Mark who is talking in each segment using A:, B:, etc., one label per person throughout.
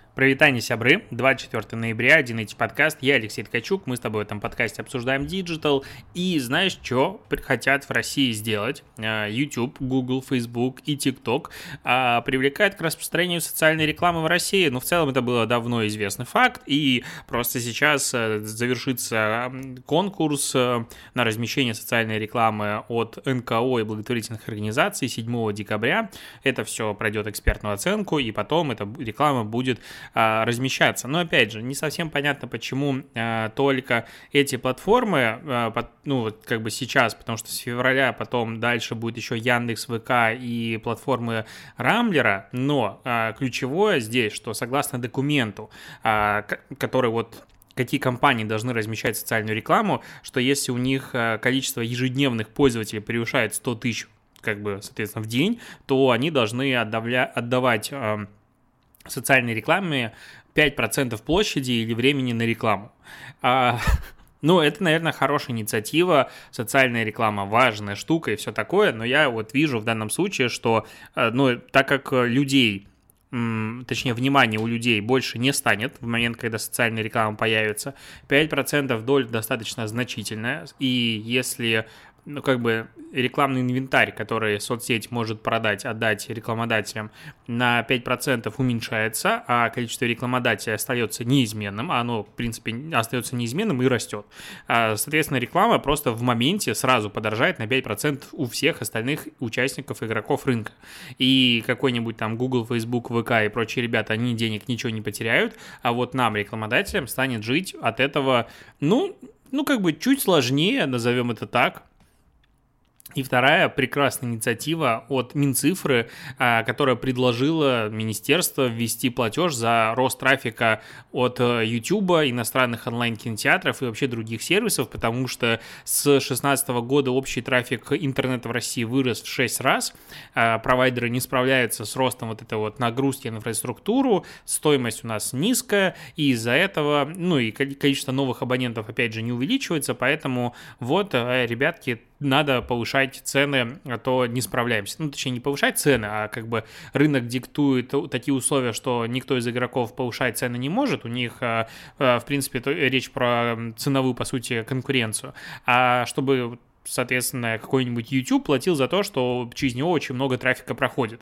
A: Привет, сябры, 24 ноября, Динейти подкаст, я Алексей Ткачук, мы с тобой в этом подкасте обсуждаем диджитал, и знаешь, что хотят в России сделать? YouTube, Google, Facebook и TikTok привлекают к распространению социальной рекламы в России, в целом это было давно известный факт, и просто сейчас завершится конкурс на размещение социальной рекламы от НКО и благотворительных организаций 7 декабря, это все пройдет экспертную оценку, и потом эта реклама будет размещаться. Но опять же, не совсем понятно, почему только эти платформы, сейчас, потому что с февраля потом дальше будет еще Яндекс.ВК и платформы Рамблера, но ключевое здесь, что согласно документу, который какие компании должны размещать социальную рекламу, что если у них количество ежедневных пользователей превышает 100 тысяч, соответственно, в день, то они должны отдавать социальной рекламе 5% площади или времени на рекламу. Это, наверное, хорошая инициатива, социальная реклама важная штука и все такое, но я вижу в данном случае, что, так как внимание у людей больше не станет в момент, когда социальная реклама появится, 5% доля достаточно значительная, и если рекламный инвентарь, который соцсеть может отдать рекламодателям, на 5% уменьшается, а количество рекламодателей остается неизменным, а оно, в принципе, остается неизменным и растет. Соответственно, реклама просто в моменте сразу подорожает на 5% у всех остальных участников, игроков рынка. И какой-нибудь там Google, Facebook, ВК и прочие ребята, они денег ничего не потеряют, а нам, рекламодателям, станет жить от этого, чуть сложнее, назовем это так. И вторая прекрасная инициатива от Минцифры, которая предложила министерство ввести платеж за рост трафика от YouTube, иностранных онлайн-кинотеатров и вообще других сервисов, потому что с 2016 года общий трафик интернета в России вырос в 6 раз, провайдеры не справляются с ростом этой нагрузки на инфраструктуру, стоимость у нас низкая, и из-за этого, и количество новых абонентов, опять же, не увеличивается, поэтому ребятки, надо повышать цены, а то не справляемся. Точнее, не повышать цены, а рынок диктует такие условия, что никто из игроков повышать цены не может. У них, в принципе, речь про ценовую, по сути, конкуренцию. А чтобы, соответственно, какой-нибудь YouTube платил за то, что через него очень много трафика проходит.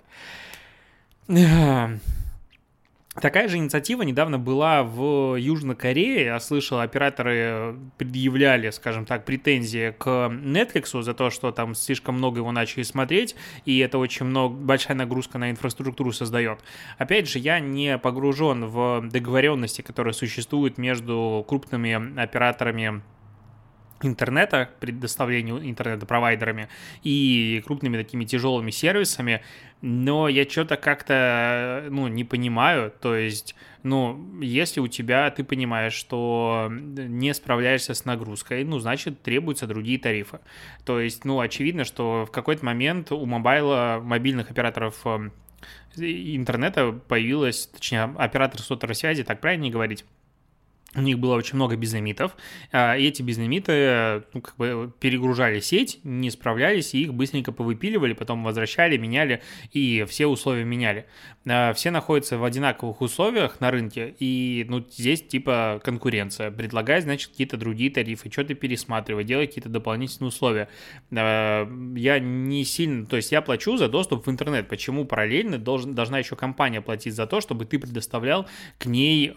A: Такая же инициатива недавно была в Южной Корее. Я слышал, операторы предъявляли, скажем так, претензии к Netflix за то, что там слишком много его начали смотреть, и это очень большая нагрузка на инфраструктуру создает. Опять же, я не погружен в договоренности, которые существуют между крупными операторами интернета, предоставлению интернета-провайдерами и крупными такими тяжелыми сервисами, но я что-то как-то, не понимаю, то есть, если у тебя, ты понимаешь, что не справляешься с нагрузкой, значит, требуются другие тарифы, то есть, очевидно, что в какой-то момент у мобильных операторов интернета появилась, точнее, оператор сотовой связи, так правильно говорить, у них было очень много безлимитов, и эти безлимиты перегружали сеть, не справлялись, и их быстренько повыпиливали, потом возвращали, меняли, и все условия меняли. Все находятся в одинаковых условиях на рынке, и здесь конкуренция. Предлагай, значит, какие-то другие тарифы, что-то пересматривай, делай какие-то дополнительные условия. Я не сильно, то есть я плачу за доступ в интернет, почему параллельно должна еще компания платить за то, чтобы ты предоставлял к ней,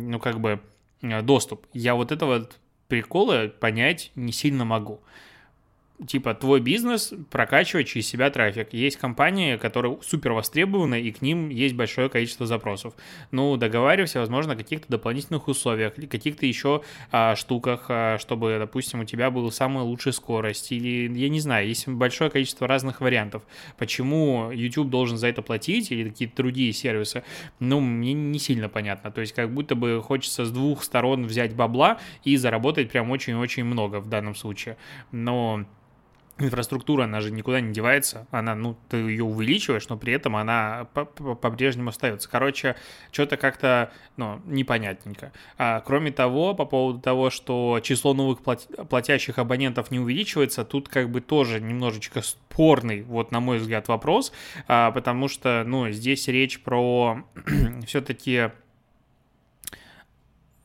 A: доступ. Я этого прикола понять не сильно могу. Твой бизнес прокачивает через себя трафик. Есть компании, которые супер востребованы, и к ним есть большое количество запросов. Договаривайся, возможно, о каких-то дополнительных условиях, или каких-то еще штуках, чтобы, допустим, у тебя была самая лучшая скорость, или, я не знаю, есть большое количество разных вариантов. Почему YouTube должен за это платить, или какие-то другие сервисы, мне не сильно понятно. То есть, как будто бы хочется с двух сторон взять бабла и заработать прям очень-очень много в данном случае. Но инфраструктура, она же никуда не девается, она, ты ее увеличиваешь, но при этом она по-прежнему остается. Короче, что-то как-то, непонятненько. Кроме того, по поводу того, что число новых платящих абонентов не увеличивается, тут тоже немножечко спорный, на мой взгляд, вопрос, потому что, здесь речь про все-таки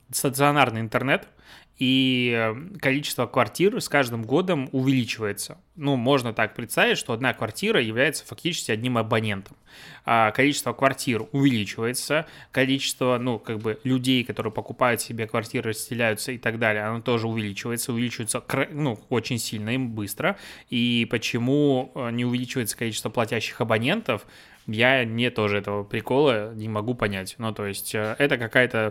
A: стационарный интернет, и количество квартир с каждым годом увеличивается. Ну, можно так представить, что одна квартира является фактически одним абонентом. Количество квартир увеличивается, количество, людей, которые покупают себе квартиры, расселяются и так далее, оно тоже увеличивается очень сильно и быстро. И почему не увеличивается количество платящих абонентов, я тоже этого прикола не могу понять. Ну, то есть, это какая-то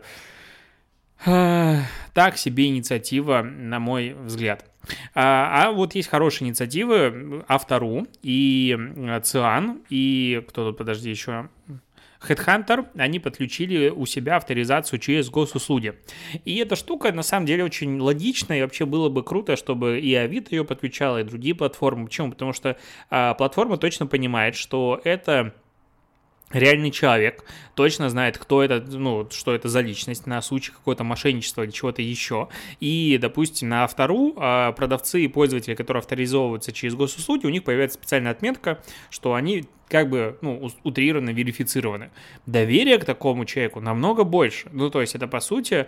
A: так себе инициатива, на мой взгляд. А вот есть хорошие инициативы Авто.ру и Циан, и кто тут, подожди, еще... HeadHunter, они подключили у себя авторизацию через госуслуги. И эта штука, на самом деле, очень логичная, и вообще было бы круто, чтобы и Авито ее подключала, и другие платформы. Почему? Потому что платформа точно понимает, что это... реальный человек, точно знает, кто это, что это за личность на случай какого-то мошенничества или чего-то еще. И, допустим, на Авто.ру продавцы и пользователи, которые авторизовываются через госуслуги, у них появляется специальная отметка, что они утрированно верифицированы. Доверие к такому человеку намного больше. То есть это, по сути,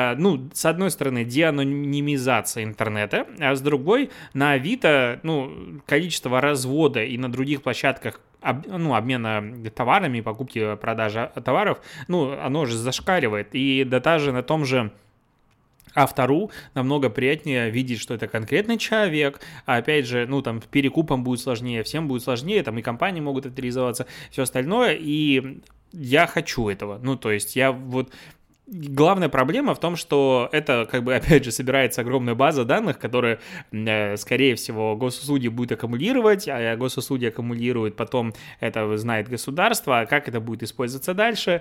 A: с одной стороны, деанонимизация интернета, а с другой, на Авито, количество развода и на других площадках обмена товарами, покупки, продажи товаров, оно же зашкаливает. И даже на том же Авто.ру намного приятнее видеть, что это конкретный человек, а опять же, перекупом будет сложнее, всем будет сложнее, и компании могут авторизоваться, все остальное, и я хочу этого, то есть я Главная проблема в том, что это, опять же, собирается огромная база данных, которые, скорее всего, госуслуги будут аккумулировать, а госуслуги аккумулируют, потом это знает государство, а как это будет использоваться дальше,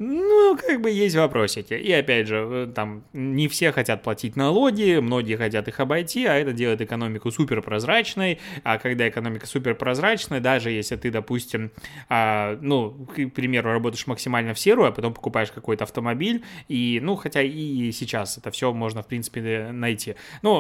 A: есть вопросики. И, опять же, не все хотят платить налоги, многие хотят их обойти, а это делает экономику суперпрозрачной, а когда экономика суперпрозрачная, даже если ты, допустим, к примеру, работаешь максимально в серую, а потом покупаешь какой-то автомобиль, и, хотя и сейчас это все можно, в принципе, найти.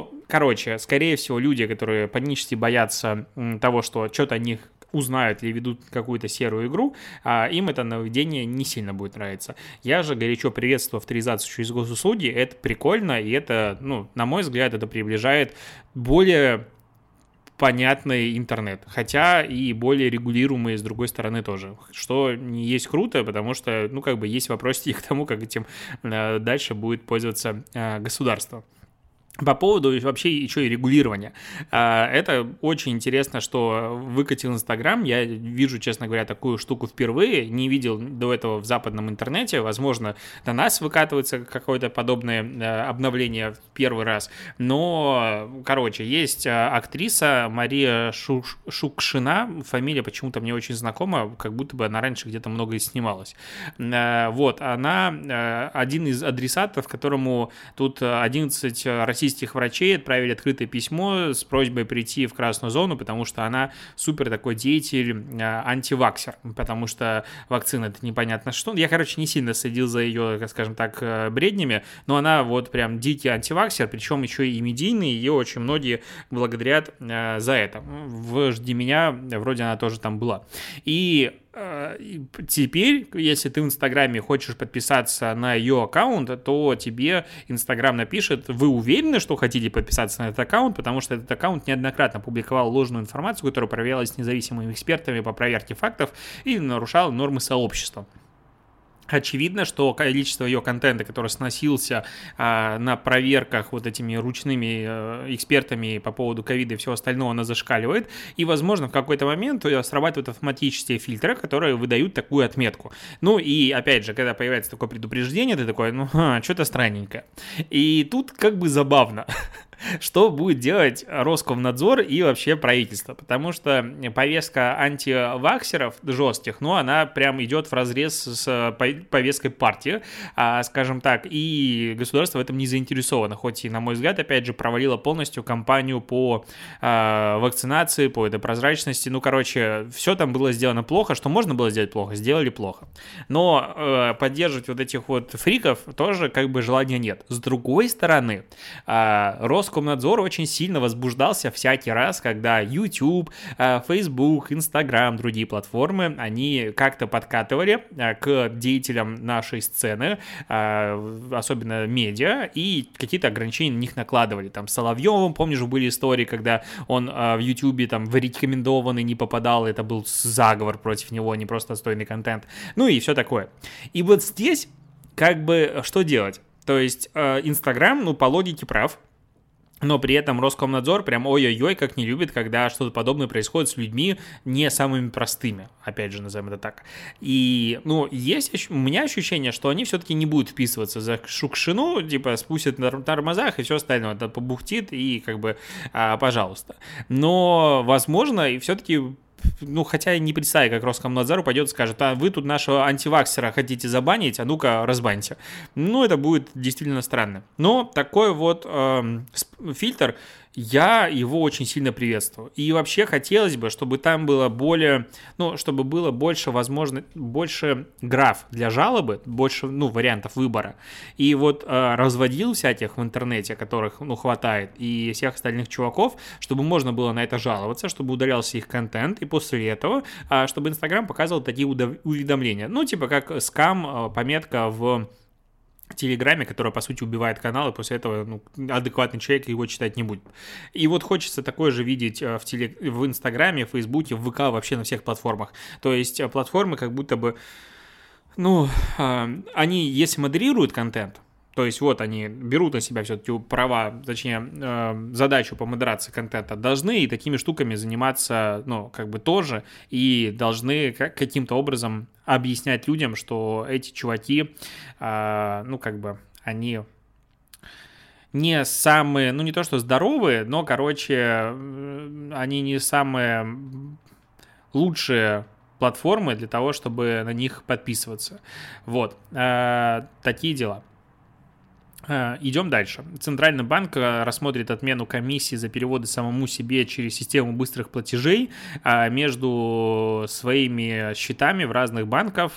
A: Скорее всего, люди, которые панически боятся того, что что-то о них узнают или ведут какую-то серую игру, им это нововведение не сильно будет нравиться. Я же горячо приветствую авторизацию через госуслуги, это прикольно, и это, на мой взгляд, это приближает более понятный интернет, хотя и более регулируемый с другой стороны тоже, что не есть круто, потому что, есть вопросы к тому, как этим дальше будет пользоваться государство. По поводу вообще еще и регулирования. Это очень интересно, что выкатил Инстаграм. Я вижу, честно говоря, такую штуку впервые. Не видел до этого в западном интернете. Возможно, до нас выкатывается какое-то подобное обновление в первый раз. Но, есть актриса Мария Шукшина. Фамилия почему-то мне очень знакома, как будто бы она раньше где-то много и снималась. Она один из адресатов, которому тут 11 российских врачей отправили открытое письмо с просьбой прийти в красную зону, потому что она супер такой деятель, антиваксер, потому что вакцина — это непонятно что. Я, не сильно следил за ее, скажем так, бреднями, но она прям дикий антиваксер, причем еще и медийный, ее очень многие благодарят за это. В «Жди меня» вроде она тоже там была. И теперь, если ты в Инстаграме хочешь подписаться на ее аккаунт, то тебе Инстаграм напишет: вы уверены, что хотите подписаться на этот аккаунт, потому что этот аккаунт неоднократно публиковал ложную информацию, которая проверялась независимыми экспертами по проверке фактов и нарушала нормы сообщества. Очевидно, что количество ее контента, который сносился на проверках этими ручными экспертами по поводу ковида и всего остального, она зашкаливает. И, возможно, в какой-то момент срабатывают автоматические фильтры, которые выдают такую отметку. И, опять же, когда появляется такое предупреждение, ты такой, что-то странненькое. И тут забавно. Что будет делать Роскомнадзор и вообще правительство? Потому что повестка антиваксеров жестких, она прям идет вразрез с повесткой партии, скажем так, и государство в этом не заинтересовано, хоть и, на мой взгляд, опять же, провалило полностью кампанию по вакцинации, по этой прозрачности. Все там было сделано плохо, что можно было сделать плохо, сделали плохо. Но поддерживать этих фриков тоже желания нет. С другой стороны, Роскомнадзор Роскомнадзор очень сильно возбуждался всякий раз, когда YouTube, Facebook, Instagram, другие платформы, они как-то подкатывали к деятелям нашей сцены, особенно медиа, и какие-то ограничения на них накладывали. Там с Соловьевым, помнишь, были истории, когда он в YouTube там в рекомендованный не попадал, это был заговор против него, не просто достойный контент, ну и все такое. И вот здесь как бы что делать? То есть Инстаграм, ну, по логике прав, но при этом Роскомнадзор прям ой-ой-ой как не любит, когда что-то подобное происходит с людьми не самыми простыми, опять же, назовем это так. И, ну, есть у меня ощущение, что они все-таки не будут вписываться за шукшину, типа спустят на тормозах и все остальное, это побухтит и как бы, пожалуйста. Но, возможно, и все-таки... Ну, хотя я не представляю, как Роскомнадзор пойдет и скажет, а вы тут нашего антиваксера хотите забанить, а ну-ка разбаньте. Ну, это будет действительно странно. Но такой вот фильтр, я его очень сильно приветствую. И вообще хотелось бы, чтобы там было более, ну, чтобы было больше, возможно, больше граф для жалобы, больше, ну, вариантов выбора. И вот разводил всяких в интернете, которых, ну, хватает, и всех остальных чуваков, чтобы можно было на это жаловаться, чтобы удалялся их контент, и после этого, чтобы Инстаграм показывал такие уведомления. Ну, типа как скам, пометка в Телеграме, которая, по сути, убивает канал, и после этого, ну, адекватный человек его читать не будет. И вот хочется такое же видеть в Инстаграме, в Фейсбуке, в ВК, вообще на всех платформах. То есть платформы как будто бы, ну, они, если модерируют контент, то есть вот они берут на себя все-таки права, точнее, задачу по модерации контента, должны и такими штуками заниматься, ну, как бы тоже, и должны каким-то образом объяснять людям, что эти чуваки, ну, как бы, они не самые, ну, не то что здоровые, но, короче, они не самые лучшие платформы для того, чтобы на них подписываться. Вот, такие дела. Идем дальше. Центральный банк рассмотрит отмену комиссии за переводы самому себе через систему быстрых платежей между своими счетами в разных банках.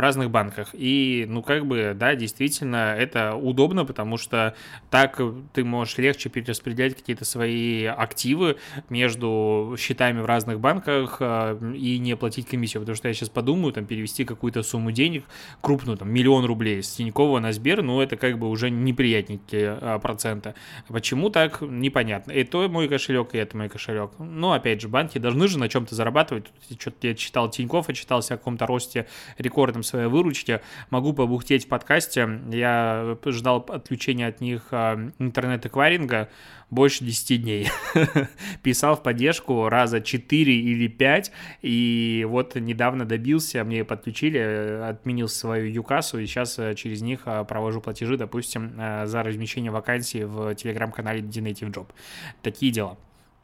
A: И, ну, как бы, да, действительно, это удобно, потому что так ты можешь легче перераспределять какие-то свои активы между счетами в разных банках и не платить комиссию. Потому что я сейчас подумаю, там, перевести какую-то сумму денег, крупную, там, 1 000 000 рублей с Тинькова на Сбер, ну, это как бы уже неприятненькие процента. Почему так, непонятно. И то мой кошелек, и это мой кошелек. Но, опять же, банки должны же на чем-то зарабатывать. Что-то я читал Тинькофф, и читался о каком-то росте рекордном своей выручки. Могу побухтеть в подкасте. Я ждал отключения от них интернет-эквайринга больше 10 дней. Писал в поддержку раза 4 или 5, и вот недавно добился, мне подключили, отменил свою ЮКАСу, и сейчас через них провожу платежи, допустим, за размещение вакансий в телеграм-канале Dinative Job. Такие дела.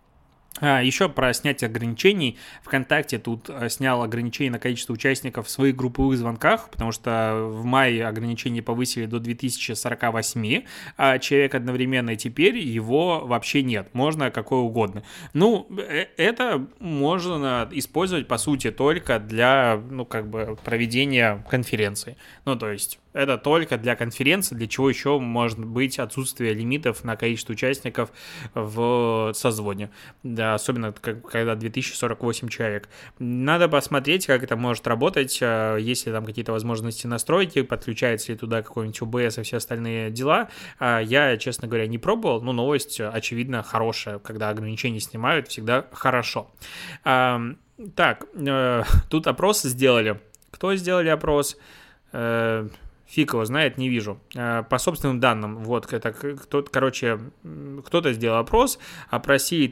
A: Еще про снятие ограничений. ВКонтакте тут снял ограничения на количество участников в своих групповых звонках, потому что в мае ограничения повысили до 2048 человек одновременно, и теперь его вообще нет. Можно какое угодно. Ну, это можно использовать, по сути, только для, ну, как бы, проведения конференции. Ну, то есть это только для конференции, для чего еще может быть отсутствие лимитов на количество участников в созвоне, да, особенно когда 2048 человек. Надо посмотреть, как это может работать, есть ли там какие-то возможности настройки, подключается ли туда какой-нибудь ОБС и все остальные дела. Я, честно говоря, не пробовал, но новость, очевидно, хорошая. Когда ограничения снимают, всегда хорошо. Так, тут опрос сделали. Кто сделали опрос? Фиг его знает, не вижу. По собственным данным, вот, это кто-то сделал опрос, опросили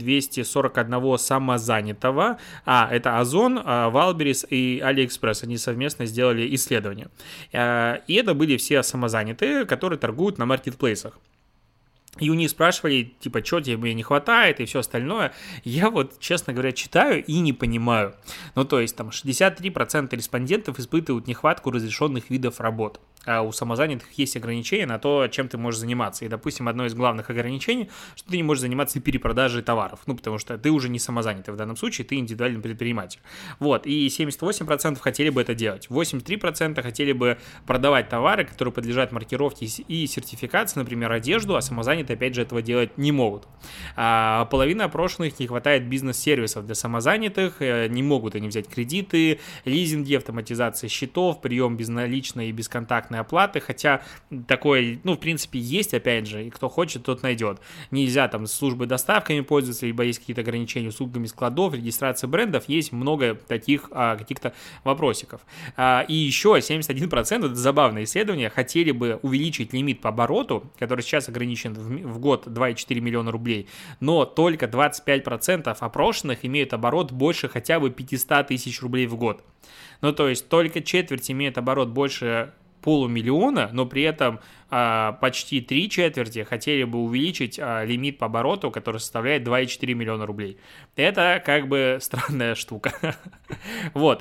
A: 1241 самозанятого, это Озон, Вайлдберрис и Алиэкспресс, они совместно сделали исследование. И это были все самозанятые, которые торгуют на маркетплейсах. И у них спрашивали, типа, что тебе не хватает и все остальное. Я вот, честно говоря, читаю и не понимаю. Ну, то есть, там, 63% респондентов испытывают нехватку разрешенных видов работ. а у самозанятых есть ограничения на то, чем ты можешь заниматься. И, допустим, одно из главных ограничений, что ты не можешь заниматься перепродажей товаров, ну, потому что ты уже не самозанятый в данном случае, ты индивидуальный предприниматель. Вот, и 78% хотели бы это делать. 83% хотели бы продавать товары, которые подлежат маркировке и сертификации, например, одежду, а самозанятые, опять же, этого делать не могут. А половина опрошенных не хватает бизнес-сервисов для самозанятых, не могут они взять кредиты, лизинги, автоматизация счетов, прием безналичной и бесконтактной оплаты, хотя такое, ну, в принципе, есть, опять же, и кто хочет, тот найдет. Нельзя там с службой доставками пользоваться, либо есть какие-то ограничения услугами складов, регистрации брендов, есть много таких каких-то вопросиков. И еще 71%, это забавное исследование, хотели бы увеличить лимит по обороту, который сейчас ограничен в год 2,4 миллиона рублей, но только 25% опрошенных имеют оборот больше хотя бы 500 тысяч рублей в год. Ну, то есть только четверть имеет оборот больше полумиллиона, но при этом почти 3/4 хотели бы увеличить лимит по обороту, который составляет 2,4 миллиона рублей. Это как бы странная штука. Вот.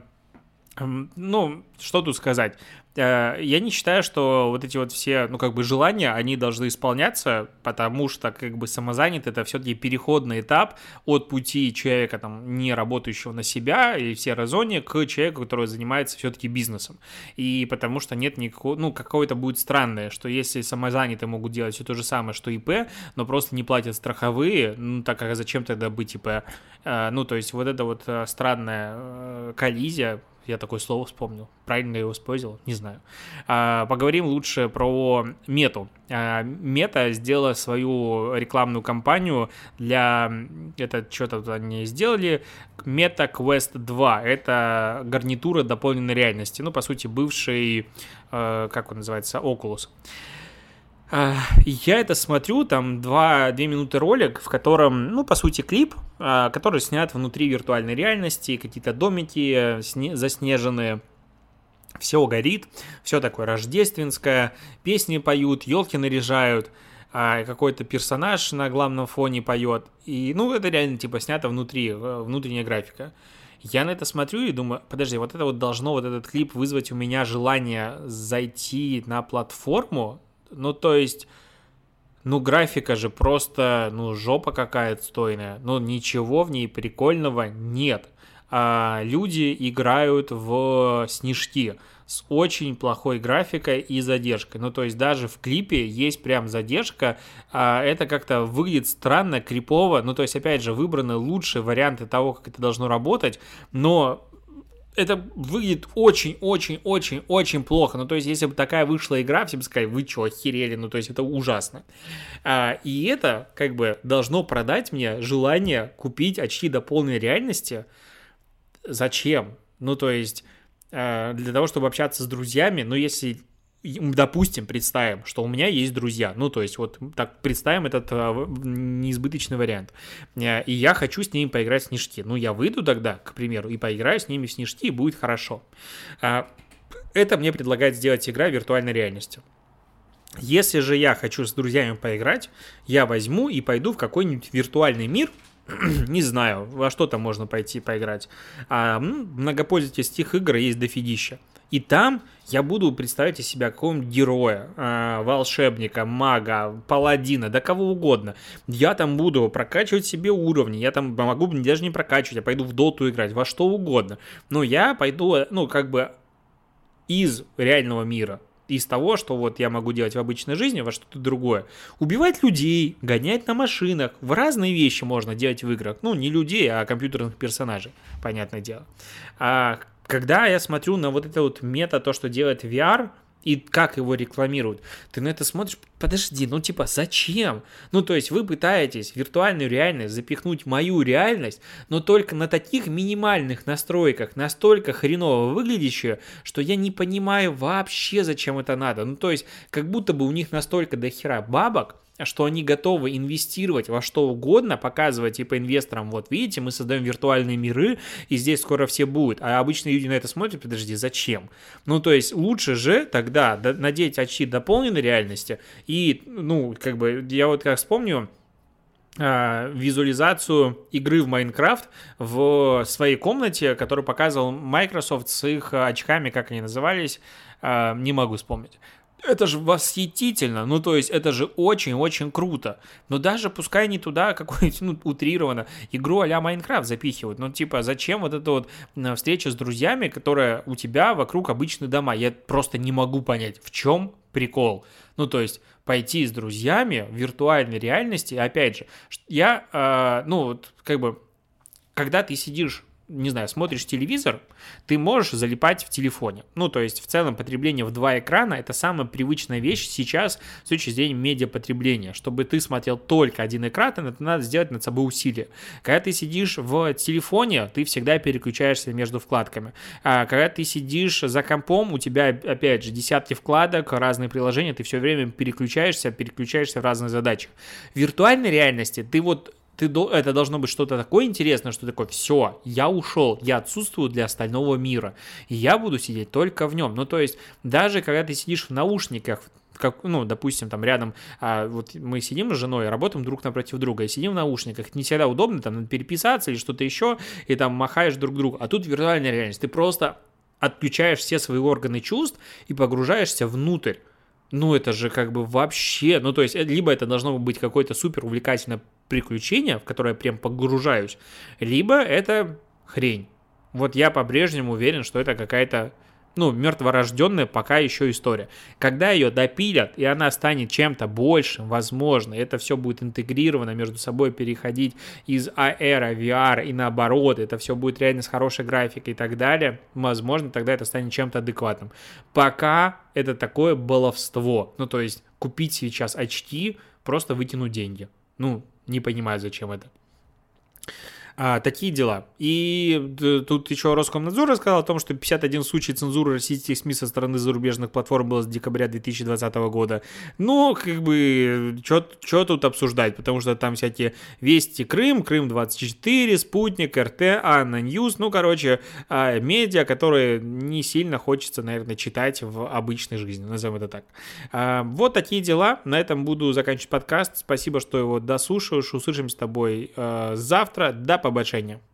A: Ну, что тут сказать? Я не считаю, что вот эти вот все, ну, как бы желания, они должны исполняться, потому что, как бы, самозанятый — это все-таки переходный этап от пути человека, там, не работающего на себя и в серой зоне, к человеку, который занимается все-таки бизнесом. И потому что нет никакого, ну, какое-то будет странное, что если самозанятые могут делать все то же самое, что ИП, но просто не платят страховые, ну, так как зачем тогда быть ИП? Ну, то есть вот это вот странная коллизия. Я такое слово вспомнил. Правильно я его использовал? Не знаю. Поговорим лучше про Мету. Мета сделала свою рекламную кампанию для... Это что-то они сделали. Meta Quest 2. Это гарнитура дополненной реальности. Ну, по сути, бывший... Как он называется? Oculus. Я это смотрю, там 2 минуты ролик, в котором, ну, по сути, клип, который снят внутри виртуальной реальности, какие-то домики заснеженные, все горит, все такое рождественское, песни поют, елки наряжают, какой-то персонаж на главном фоне поет, и, ну, это реально, типа, снято внутри, внутренняя графика. Я на это смотрю и думаю, подожди, вот это вот должно, вот этот клип вызвать у меня желание зайти на платформу. Ну, то есть, ну, графика же просто, ну, жопа какая-то отстойная. Ну, ничего в ней прикольного нет. Люди играют в снежки с очень плохой графикой и задержкой. Ну, то есть, даже в клипе есть прям задержка. Это как-то выглядит странно, крипово. Ну, то есть, опять же, выбраны лучшие варианты того, как это должно работать. Но... это выглядит очень-очень-очень-очень плохо. Ну, то есть, если бы такая вышла игра, все бы сказали, вы что, охерели? Ну, то есть, это ужасно. И это, как бы, должно продать мне желание купить очки до полной реальности. Зачем? Ну, то есть, для того, чтобы общаться с друзьями, ну, если... Допустим, представим, что у меня есть друзья, ну, то есть, вот так представим этот неизбыточный вариант, и я хочу с ними поиграть в снежки, ну, я выйду тогда, к примеру, и поиграю с ними в снежки, и будет хорошо. Это мне предлагает сделать игра виртуальной реальности. Если же я хочу с друзьями поиграть, я возьму и пойду в какой-нибудь виртуальный мир, не знаю, во что там можно пойти поиграть, многопользовательских игр есть дофигища. И там я буду представлять из себя какого-нибудь героя, волшебника, мага, паладина, да кого угодно. Я там буду прокачивать себе уровни, я там могу даже не прокачивать, я пойду в доту играть, во что угодно. Но я пойду, ну, как бы из реального мира, из того, что вот я могу делать в обычной жизни, во что-то другое. Убивать людей, гонять на машинах, в разные вещи можно делать в играх. Ну, не людей, а компьютерных персонажей, понятное дело. Когда я смотрю на вот это вот мета, то, что делает VR, и как его рекламируют, ты на это смотришь, подожди, ну типа зачем? Ну то есть вы пытаетесь в виртуальную реальность запихнуть мою реальность, но только на таких минимальных настройках, настолько хреново выглядящие, что я не понимаю вообще, зачем это надо. Ну то есть как будто бы у них настолько дохера бабок, что они готовы инвестировать во что угодно, показывать типа инвесторам, вот видите, мы создаем виртуальные миры, и здесь скоро все будут. А обычные люди на это смотрят, подожди, зачем? Ну, то есть лучше же тогда надеть очки дополненной реальности, и, ну, как бы, я вот как вспомню, визуализацию игры в Майнкрафт в своей комнате, которую показывал Microsoft с их очками, как они назывались, не могу вспомнить. Это же восхитительно, ну, то есть, это же очень-очень круто. Но даже пускай не туда какую-нибудь, ну, утрированно, игру а-ля Майнкрафт запихивают. Ну, типа, зачем вот эта вот встреча с друзьями, которая у тебя вокруг обычные дома? Я просто не могу понять, в чем прикол. Ну, то есть, пойти с друзьями в виртуальной реальности, опять же, ну, вот, как бы, когда ты сидишь, не знаю, смотришь телевизор, ты можешь залипать в телефоне. Ну, то есть, в целом, потребление в 2 экрана – это самая привычная вещь сейчас с точки зрения медиапотребления. Чтобы ты смотрел только один экран, это надо сделать над собой усилие. Когда ты сидишь в телефоне, ты всегда переключаешься между вкладками. А когда ты сидишь за компом, у тебя, опять же, десятки вкладок, разные приложения, ты все время переключаешься в разных задачах. В виртуальной реальности это должно быть что-то такое интересное, что такое, все, я ушел, я отсутствую для остального мира, и я буду сидеть только в нем. Ну, то есть, даже когда ты сидишь в наушниках, как, ну, допустим, там рядом, вот мы сидим с женой, работаем друг напротив друга, и сидим в наушниках, не всегда удобно, там, надо переписаться или что-то еще, и там махаешь друг другу, а тут виртуальная реальность, ты просто отключаешь все свои органы чувств и погружаешься внутрь. Ну, это же как бы вообще, ну, то есть, либо это должно быть какое-то супер увлекательное приключение, в которое я прям погружаюсь, либо это хрень. Вот я по-прежнему уверен, что это какая-то, ну, мертворожденная пока еще история. Когда ее допилят, и она станет чем-то большим, возможно, это все будет интегрировано между собой, переходить из AR, VR и наоборот, это все будет реально с хорошей графикой и так далее, возможно, тогда это станет чем-то адекватным. Пока это такое баловство. Ну, то есть, купить сейчас очки, просто выкинуть деньги. Ну, не понимаю, зачем это. Такие дела. И тут еще Роскомнадзор рассказал о том, что 51 случай цензуры российских СМИ со стороны зарубежных платформ было с декабря 2020 года. Ну, как бы, что тут обсуждать, потому что там всякие Вести Крым, Крым-24, Спутник, РТ, Анна Ньюс, ну, короче, медиа, которые не сильно хочется, наверное, читать в обычной жизни, назовем это так. Вот такие дела. На этом буду заканчивать подкаст. Спасибо, что его дослушаешь. Услышимся с тобой завтра. До побачення.